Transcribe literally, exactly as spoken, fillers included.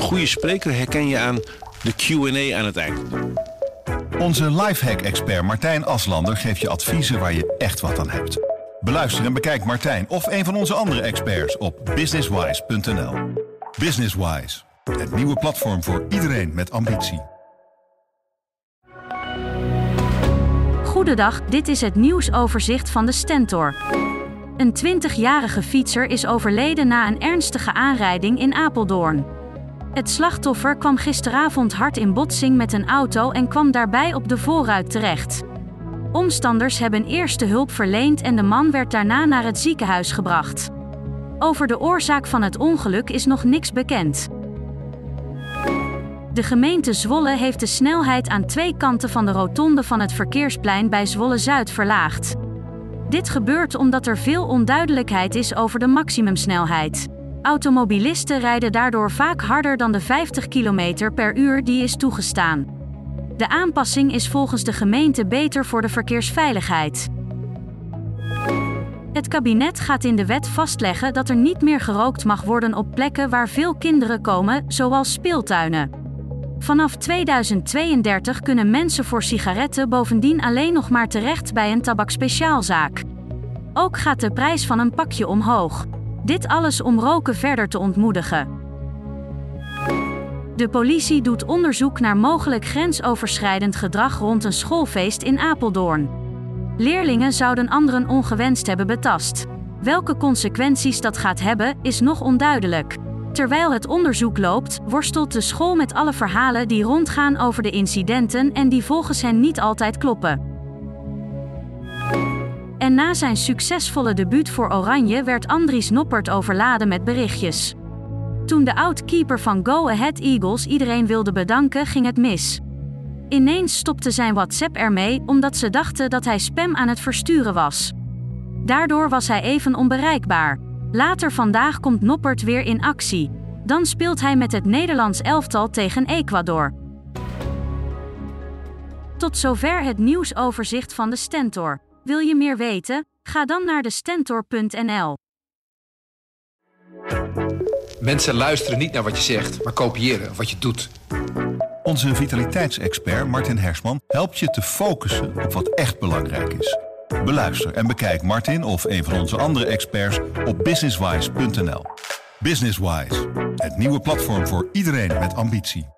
goede spreker herken je aan de Q en A aan het eind. Onze lifehack-expert Martijn Aslander geeft je adviezen waar je echt wat aan hebt. Beluister en bekijk Martijn of een van onze andere experts op businesswise punt n l. Businesswise, het nieuwe platform voor iedereen met ambitie. Goedendag, dit is het nieuwsoverzicht van de Stentor. Een twintigjarige fietser is overleden na een ernstige aanrijding in Apeldoorn. Het slachtoffer kwam gisteravond hard in botsing met een auto en kwam daarbij op de voorruit terecht. Omstanders hebben eerste hulp verleend en de man werd daarna naar het ziekenhuis gebracht. Over de oorzaak van het ongeluk is nog niks bekend. De gemeente Zwolle heeft de snelheid aan twee kanten van de rotonde van het verkeersplein bij Zwolle-Zuid verlaagd. Dit gebeurt omdat er veel onduidelijkheid is over de maximumsnelheid. Automobilisten rijden daardoor vaak harder dan de vijftig kilometer per uur die is toegestaan. De aanpassing is volgens de gemeente beter voor de verkeersveiligheid. Het kabinet gaat in de wet vastleggen dat er niet meer gerookt mag worden op plekken waar veel kinderen komen, zoals speeltuinen. Vanaf tweeduizend tweeëndertig kunnen mensen voor sigaretten bovendien alleen nog maar terecht bij een tabakspeciaalzaak. Ook gaat de prijs van een pakje omhoog. Dit alles om roken verder te ontmoedigen. De politie doet onderzoek naar mogelijk grensoverschrijdend gedrag rond een schoolfeest in Apeldoorn. Leerlingen zouden anderen ongewenst hebben betast. Welke consequenties dat gaat hebben, is nog onduidelijk. Terwijl het onderzoek loopt, worstelt de school met alle verhalen die rondgaan over de incidenten en die volgens hen niet altijd kloppen. En na zijn succesvolle debuut voor Oranje werd Andries Noppert overladen met berichtjes. Toen de oud-keeper van Go Ahead Eagles iedereen wilde bedanken, ging het mis. Ineens stopte zijn WhatsApp ermee omdat ze dachten dat hij spam aan het versturen was. Daardoor was hij even onbereikbaar. Later vandaag komt Noppert weer in actie. Dan speelt hij met het Nederlands elftal tegen Ecuador. Tot zover het nieuwsoverzicht van de Stentor. Wil je meer weten? Ga dan naar de stentor punt n l. Mensen luisteren niet naar wat je zegt, maar kopiëren wat je doet. Onze vitaliteitsexpert Martin Hersman helpt je te focussen op wat echt belangrijk is. Beluister en bekijk Martin of een van onze andere experts op businesswise punt n l. Businesswise, het nieuwe platform voor iedereen met ambitie.